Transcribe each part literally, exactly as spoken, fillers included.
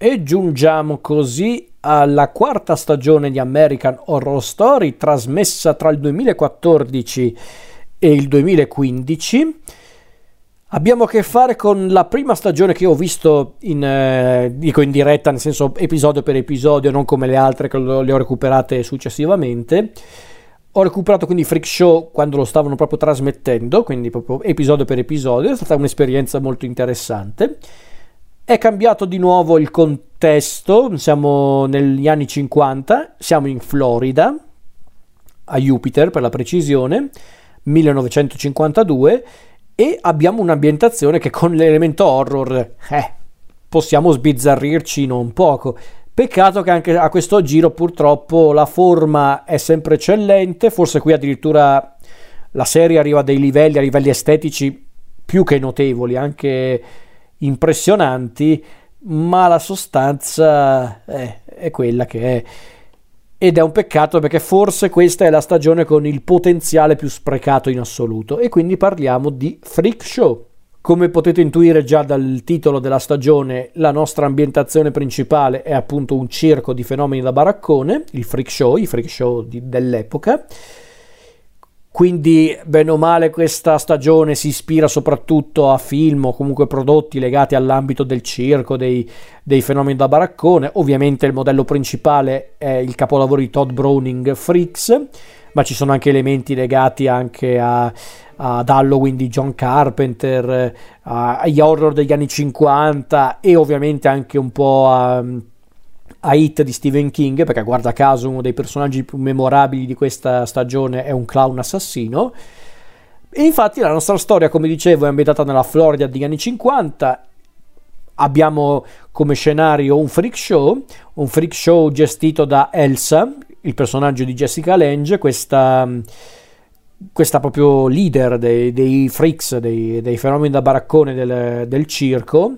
E giungiamo così alla quarta stagione di American Horror Story, trasmessa tra il duemilaquattordici e il duemilaquindici. Abbiamo a che fare con la prima stagione che ho visto in, eh, dico in diretta, nel senso episodio per episodio, non come le altre che le ho recuperate successivamente. Ho recuperato quindi Freak Show quando lo stavano proprio trasmettendo, quindi proprio episodio per episodio. È stata un'esperienza molto interessante. È cambiato di nuovo il contesto, siamo negli anni cinquanta, siamo in Florida, a Jupiter per la precisione, millenovecentocinquantadue, e abbiamo un'ambientazione che con l'elemento horror eh, possiamo sbizzarrirci non poco. Peccato che anche a questo giro purtroppo la forma è sempre eccellente, forse qui addirittura la serie arriva a dei livelli, a livelli estetici più che notevoli, anche impressionanti, ma la sostanza eh, è quella che è, ed è un peccato perché forse questa è la stagione con il potenziale più sprecato in assoluto, e quindi parliamo di Freak Show. Come potete intuire già dal titolo della stagione, la nostra ambientazione principale è appunto un circo di fenomeni da baraccone, il Freak Show, i Freak Show di, dell'epoca. Quindi, bene o male, questa stagione si ispira soprattutto a film o comunque prodotti legati all'ambito del circo, dei, dei fenomeni da baraccone. Ovviamente il modello principale è il capolavoro di Todd Browning, Freaks, ma ci sono anche elementi legati anche a, ad Halloween di John Carpenter, a, agli horror degli anni cinquanta e ovviamente anche un po' a... a It di Stephen King, perché guarda caso uno dei personaggi più memorabili di questa stagione è un clown assassino. E infatti la nostra storia, come dicevo, è ambientata nella Florida degli anni cinquanta. Abbiamo come scenario un freak show, un freak show gestito da Elsa, il personaggio di Jessica Lange, questa, questa proprio leader dei, dei freaks, dei, dei fenomeni da baraccone del, del circo,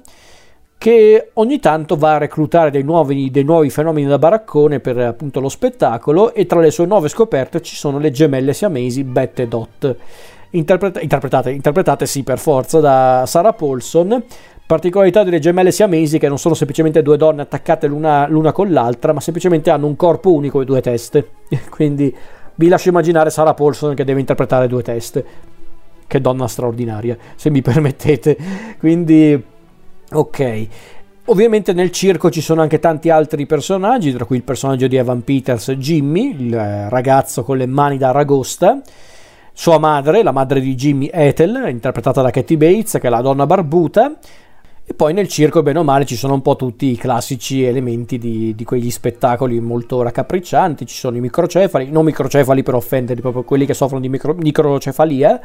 che ogni tanto va a reclutare dei nuovi, dei nuovi fenomeni da baraccone per appunto lo spettacolo, e tra le sue nuove scoperte ci sono le gemelle siamesi Beth e Dot, interpreta- interpretate, interpretate sì per forza da Sarah Paulson. Particolarità delle gemelle siamesi che non sono semplicemente due donne attaccate l'una, l'una con l'altra, ma semplicemente hanno un corpo unico e due teste, quindi vi lascio immaginare Sarah Paulson che deve interpretare due teste. Che donna straordinaria, se mi permettete. Quindi ok, ovviamente nel circo ci sono anche tanti altri personaggi, tra cui il personaggio di Evan Peters, Jimmy, il ragazzo con le mani da aragosta, sua madre, la madre di Jimmy, Ethel, interpretata da Kathy Bates, che è la donna barbuta, e poi nel circo, bene o male, ci sono un po' tutti i classici elementi di, di quegli spettacoli molto raccapriccianti. Ci sono i microcefali, non microcefali per offenderli, proprio quelli che soffrono di micro, microcefalia,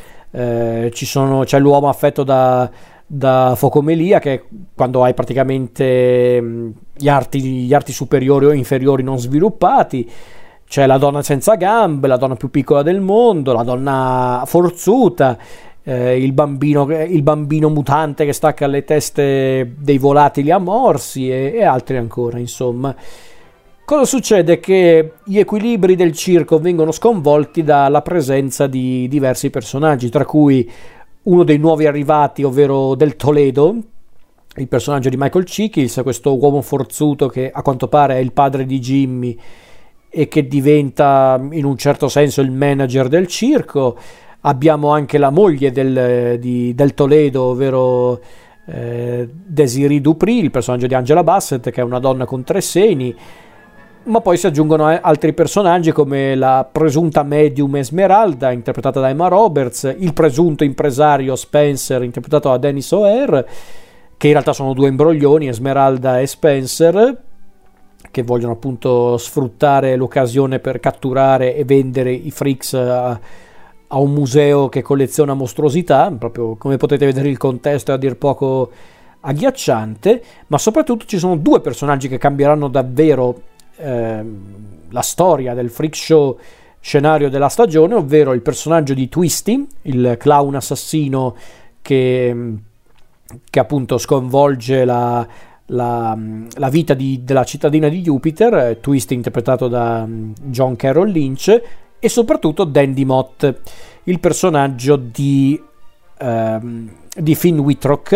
eh, ci sono, c'è l'uomo affetto da... da focomelia, che quando hai praticamente gli arti, gli arti superiori o inferiori non sviluppati. C'è la donna senza gambe, la donna più piccola del mondo, la donna forzuta, eh, il bambino, il bambino mutante che stacca le teste dei volatili a morsi e, e altri ancora, insomma. Cosa succede? Che gli equilibri del circo vengono sconvolti dalla presenza di diversi personaggi, tra cui uno dei nuovi arrivati, ovvero Del Toledo, il personaggio di Michael Chiklis, questo uomo forzuto che a quanto pare è il padre di Jimmy e che diventa in un certo senso il manager del circo. Abbiamo anche la moglie del, di, del Toledo, ovvero eh, Desiree Dupri, il personaggio di Angela Bassett, che è una donna con tre seni. Ma poi si aggiungono altri personaggi come la presunta medium Esmeralda, interpretata da Emma Roberts, il presunto impresario Spencer, interpretato da Dennis O'Hare, che in realtà sono due imbroglioni, Esmeralda e Spencer, che vogliono appunto sfruttare l'occasione per catturare e vendere i freaks a, a un museo che colleziona mostruosità. Proprio come potete vedere, il contesto è a dir poco agghiacciante, ma soprattutto ci sono due personaggi che cambieranno davvero Eh, la storia del freak show scenario della stagione, ovvero il personaggio di Twisty, il clown assassino che, che appunto sconvolge la, la, la vita di, della cittadina di Jupiter, Twisty interpretato da John Carroll Lynch, e soprattutto Dandy Mott, il personaggio di, ehm, di Finn Wittrock,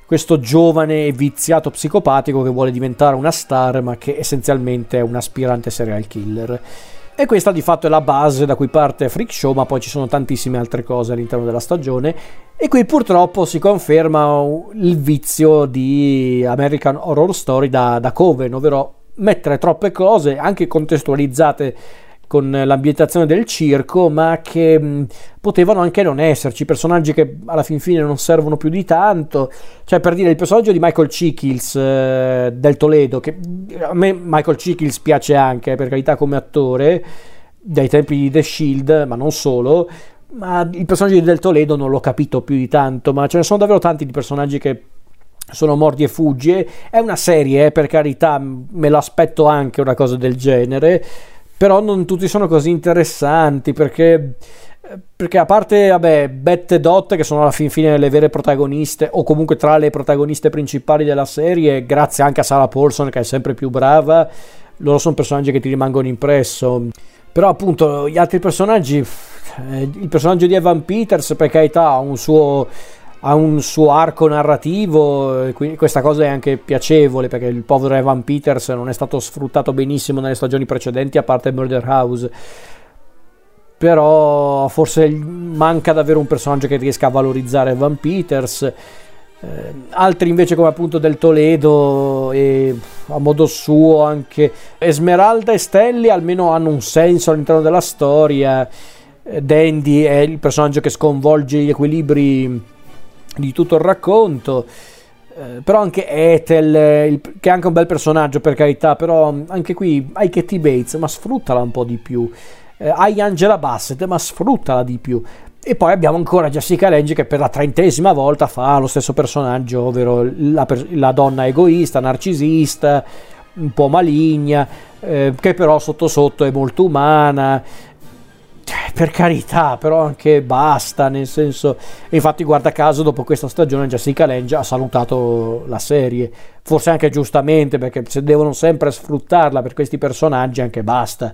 questo giovane e viziato psicopatico che vuole diventare una star, ma che essenzialmente è un aspirante serial killer. E questa di fatto è la base da cui parte Freak Show, ma poi ci sono tantissime altre cose all'interno della stagione. E qui purtroppo si conferma il vizio di American Horror Story da, da Coven, ovvero mettere troppe cose, anche contestualizzate con l'ambientazione del circo, ma che mh, potevano anche non esserci, personaggi che alla fin fine non servono più di tanto. Cioè, per dire, il personaggio di Michael Chiklis eh, del Toledo, che a me Michael Chiklis piace anche, per carità, come attore, dai tempi di The Shield, ma non solo, ma il personaggio di Del Toledo non l'ho capito più di tanto, ma ce ne sono davvero tanti di personaggi che sono mordi e fuggi. È una serie, eh, per carità, me l'aspetto anche una cosa del genere, però non tutti sono così interessanti, perché perché a parte vabbè Beth e Dot, che sono alla fin fine le vere protagoniste, o comunque tra le protagoniste principali della serie, grazie anche a Sarah Paulson che è sempre più brava, loro sono personaggi che ti rimangono impresso. Però appunto gli altri personaggi, il personaggio di Evan Peters, per carità, ha un suo ha un suo arco narrativo, e quindi questa cosa è anche piacevole, perché il povero Evan Peters non è stato sfruttato benissimo nelle stagioni precedenti, a parte Murder House. Però forse manca davvero un personaggio che riesca a valorizzare Evan Peters. Eh, altri invece, come appunto Del Toledo e a modo suo anche Esmeralda e Stelly, almeno hanno un senso all'interno della storia. eh, Dandy è il personaggio che sconvolge gli equilibri di tutto il racconto, eh, però anche Ethel, il, che è anche un bel personaggio, per carità, però anche qui hai Kathy Bates, ma sfruttala un po' di più. eh, hai Angela Bassett, ma sfruttala di più. E poi abbiamo ancora Jessica Lange, che per la trentesima volta fa lo stesso personaggio, ovvero la, la donna egoista, narcisista, un po' maligna, eh, che però sotto sotto è molto umana. Per carità, però anche basta, nel senso, infatti guarda caso dopo questa stagione Jessica Lange ha salutato la serie, forse anche giustamente, perché se devono sempre sfruttarla per questi personaggi anche basta.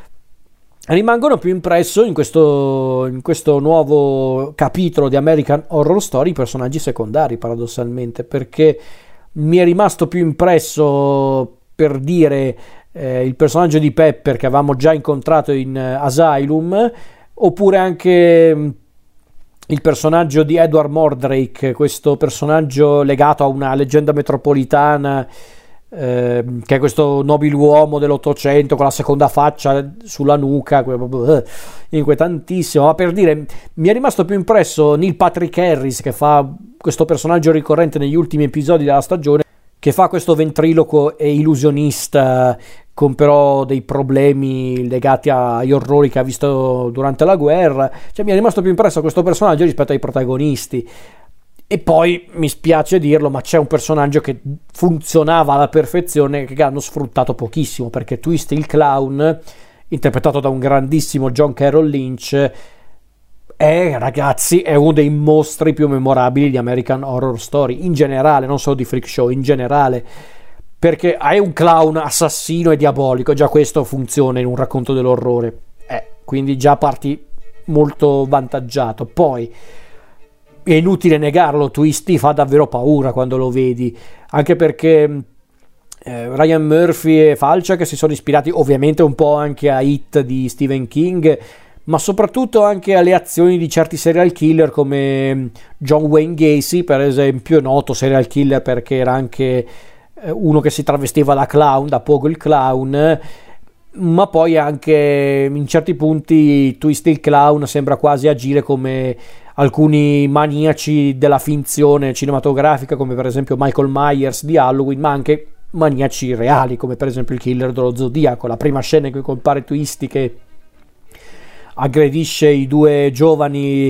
Rimangono più impresso in questo, in questo nuovo capitolo di American Horror Story i personaggi secondari, paradossalmente, perché mi è rimasto più impresso, per dire, Eh, il personaggio di Pepper, che avevamo già incontrato in uh, Asylum, oppure anche um, il personaggio di Edward Mordrake, questo personaggio legato a una leggenda metropolitana, eh, che è questo nobiluomo dell'Ottocento con la seconda faccia sulla nuca, uh, inquietantissimo. Ma per dire, mi è rimasto più impresso Neil Patrick Harris, che fa questo personaggio ricorrente negli ultimi episodi della stagione, che fa questo ventriloquo e illusionista con però dei problemi legati agli orrori che ha visto durante la guerra. Cioè, mi è rimasto più impresso questo personaggio rispetto ai protagonisti. E poi, mi spiace dirlo, ma c'è un personaggio che funzionava alla perfezione, che hanno sfruttato pochissimo, perché Twist il clown, interpretato da un grandissimo John Carroll Lynch, è, ragazzi, è uno dei mostri più memorabili di American Horror Story, in generale, non solo di Freak Show, in generale, perché hai un clown assassino e diabolico, già questo funziona in un racconto dell'orrore, eh, quindi già parti molto vantaggiato. Poi è inutile negarlo, Twisty fa davvero paura quando lo vedi, anche perché eh, Ryan Murphy e Falchuk si sono ispirati ovviamente un po' anche a It di Stephen King, ma soprattutto anche alle azioni di certi serial killer come John Wayne Gacy, per esempio, noto serial killer perché era anche uno che si travestiva da clown, da Pogo il clown, ma poi anche in certi punti Twist il clown sembra quasi agire come alcuni maniaci della finzione cinematografica, come per esempio Michael Myers di Halloween, ma anche maniaci reali, come per esempio il killer dello Zodiaco. La prima scena in cui compare Twisty che aggredisce i due giovani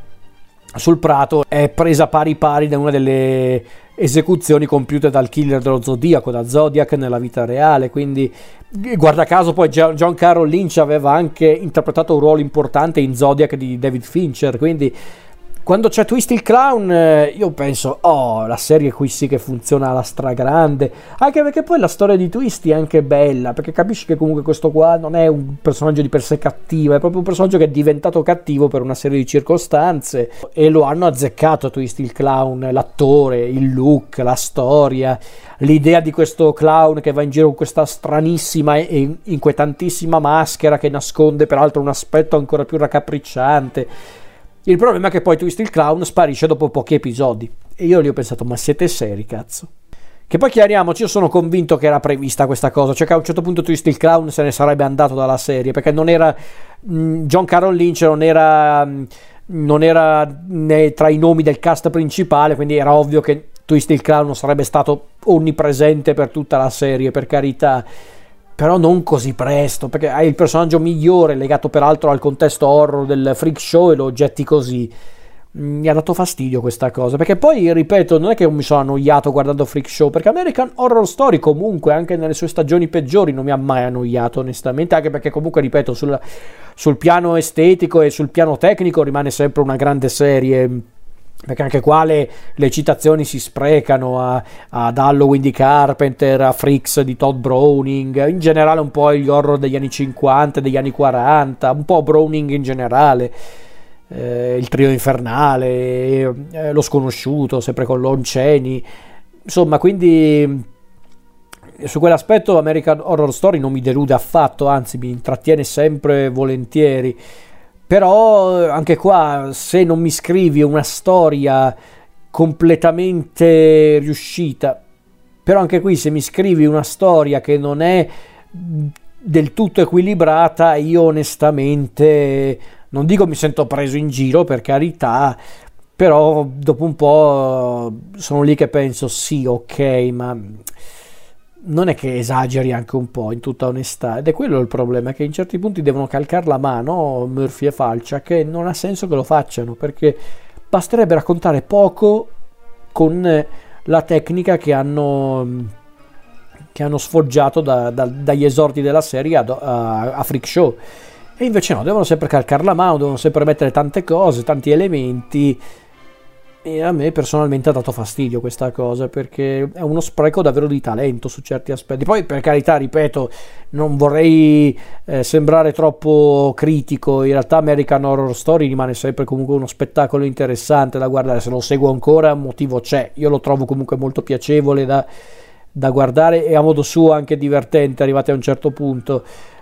sul prato è presa pari pari da una delle esecuzioni compiute dal killer dello Zodiaco, da Zodiac nella vita reale. Quindi guarda caso poi John Carroll Lynch aveva anche interpretato un ruolo importante in Zodiac di David Fincher, quindi quando c'è Twist il Clown, eh, io penso, oh, la serie qui sì che funziona alla stragrande, anche perché poi la storia di Twist è anche bella, perché capisci che comunque questo qua non è un personaggio di per sé cattivo, è proprio un personaggio che è diventato cattivo per una serie di circostanze, e lo hanno azzeccato Twist il Clown, l'attore, il look, la storia, l'idea di questo clown che va in giro con questa stranissima e inquietantissima maschera che nasconde peraltro un aspetto ancora più raccapricciante. Il problema è che poi Twist il Clown sparisce dopo pochi episodi e io lì ho pensato, ma siete seri, cazzo? Che poi chiariamoci, io sono convinto che era prevista questa cosa, cioè che a un certo punto Twist il Clown se ne sarebbe andato dalla serie, perché non era mh, John Carroll Lynch non era mh, non era né tra i nomi del cast principale, quindi era ovvio che Twist il Clown non sarebbe stato onnipresente per tutta la serie, per carità, però non così presto, perché hai il personaggio migliore legato peraltro al contesto horror del freak show e lo getti così. Mi ha dato fastidio questa cosa, perché poi, ripeto, non è che mi sono annoiato guardando freak show, perché American Horror Story comunque anche nelle sue stagioni peggiori non mi ha mai annoiato onestamente, anche perché comunque, ripeto, sul, sul piano estetico e sul piano tecnico rimane sempre una grande serie, perché anche qua le, le citazioni si sprecano a, ad Halloween di Carpenter, a Freaks di Todd Browning, in generale un po' gli horror degli anni cinquanta, degli anni quaranta, un po' Browning in generale, eh, il trio infernale, eh, lo sconosciuto sempre con Lon Chaney, insomma, quindi su quell'aspetto American Horror Story non mi delude affatto, anzi mi intrattiene sempre volentieri. Però anche qua, se non mi scrivi una storia completamente riuscita, però anche qui se mi scrivi una storia che non è del tutto equilibrata, io onestamente non dico mi sento preso in giro, per carità, però dopo un po' sono lì che penso sì, ok, ma non è che esageri anche un po', in tutta onestà, ed è quello il problema, che in certi punti devono calcar la mano Murphy e Falcia, che non ha senso che lo facciano, perché basterebbe raccontare poco con la tecnica che hanno che hanno sfoggiato da, da, dagli esordi della serie a, a, a Freak Show, e invece no, devono sempre calcar la mano, devono sempre mettere tante cose, tanti elementi, e a me personalmente ha dato fastidio questa cosa, perché è uno spreco davvero di talento su certi aspetti. Poi, per carità, ripeto, non vorrei eh, sembrare troppo critico, in realtà American Horror Story rimane sempre comunque uno spettacolo interessante da guardare, se lo seguo ancora un motivo c'è, io lo trovo comunque molto piacevole da, da guardare e a modo suo anche divertente arrivati a un certo punto,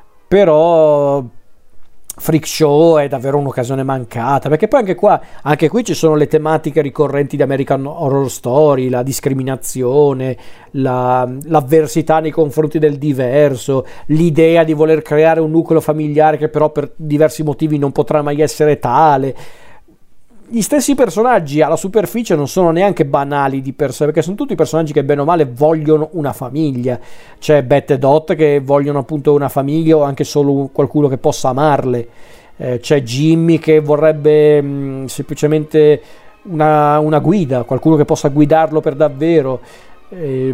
però Freak Show è davvero un'occasione mancata, perché poi anche qua, anche qui ci sono le tematiche ricorrenti di American Horror Story, la discriminazione, la, l'avversità nei confronti del diverso, l'idea di voler creare un nucleo familiare che però per diversi motivi non potrà mai essere tale. Gli stessi personaggi alla superficie non sono neanche banali di per sé, perché sono tutti personaggi che bene o male vogliono una famiglia. C'è Beth e Dot che vogliono appunto una famiglia o anche solo qualcuno che possa amarle, eh, c'è Jimmy che vorrebbe mh, semplicemente una, una guida, qualcuno che possa guidarlo per davvero, eh,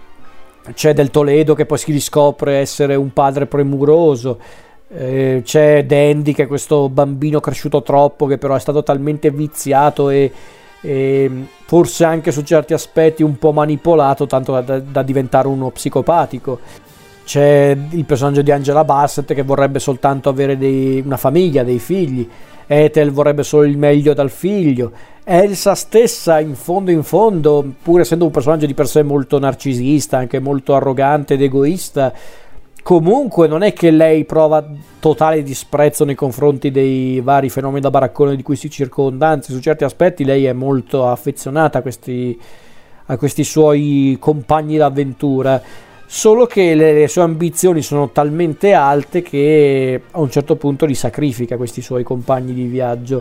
c'è Del Toledo che poi si riscopre essere un padre premuroso. Eh, c'è Dandy che è questo bambino cresciuto troppo, che però è stato talmente viziato e, e forse anche su certi aspetti un po' manipolato tanto da, da diventare uno psicopatico. C'è il personaggio di Angela Bassett che vorrebbe soltanto avere dei, una famiglia, dei figli. Ethel vorrebbe solo il meglio dal figlio. Elsa stessa, in fondo in fondo, pur essendo un personaggio di per sé molto narcisista, anche molto arrogante ed egoista, comunque non è che lei prova totale disprezzo nei confronti dei vari fenomeni da baraccone di cui si circonda, anzi su certi aspetti lei è molto affezionata a questi, a questi suoi compagni d'avventura, solo che le, le sue ambizioni sono talmente alte che a un certo punto li sacrifica questi suoi compagni di viaggio.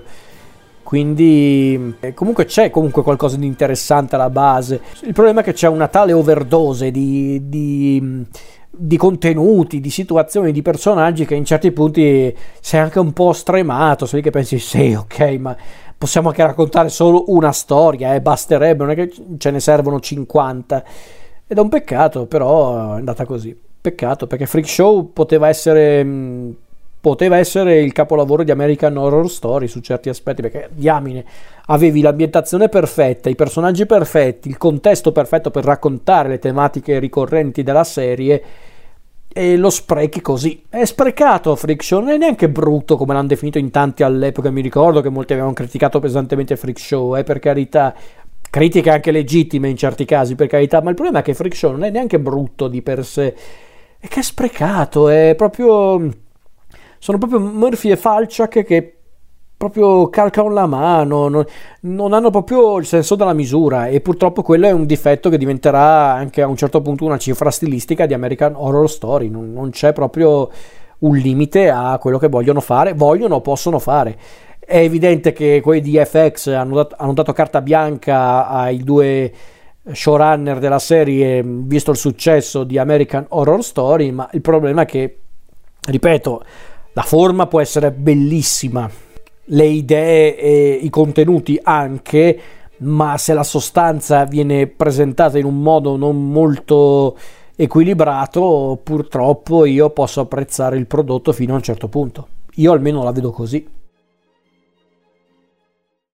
Quindi eh, comunque c'è comunque qualcosa di interessante alla base. Il problema è che c'è una tale overdose di... di di contenuti, di situazioni, di personaggi che in certi punti sei anche un po' stremato, sei lì che pensi sì, ok, ma possiamo anche raccontare solo una storia e eh, basterebbe, non è che ce ne servono cinquanta, ed è un peccato, però è andata così, peccato, perché Freak Show poteva essere mh, poteva essere il capolavoro di American Horror Story su certi aspetti, perché diamine, avevi l'ambientazione perfetta, i personaggi perfetti, il contesto perfetto per raccontare le tematiche ricorrenti della serie, e lo sprechi così. È sprecato Freak Show, non è neanche brutto come l'hanno definito in tanti all'epoca. Mi ricordo che molti avevano criticato pesantemente Freak Show, eh, per carità, critiche anche legittime in certi casi, per carità, ma il problema è che Freak Show non è neanche brutto di per sé, è che è sprecato, è proprio... sono proprio Murphy e Falchuk che proprio calcano la mano, non, non hanno proprio il senso della misura, e purtroppo quello è un difetto che diventerà anche a un certo punto una cifra stilistica di American Horror Story. Non, non c'è proprio un limite a quello che vogliono fare, vogliono o possono fare. È evidente che quelli di F X hanno dato, hanno dato carta bianca ai due showrunner della serie, visto il successo di American Horror Story, ma il problema è che, ripeto, la forma può essere bellissima, le idee e i contenuti anche, ma se la sostanza viene presentata in un modo non molto equilibrato, purtroppo io posso apprezzare il prodotto fino a un certo punto. Io almeno la vedo così.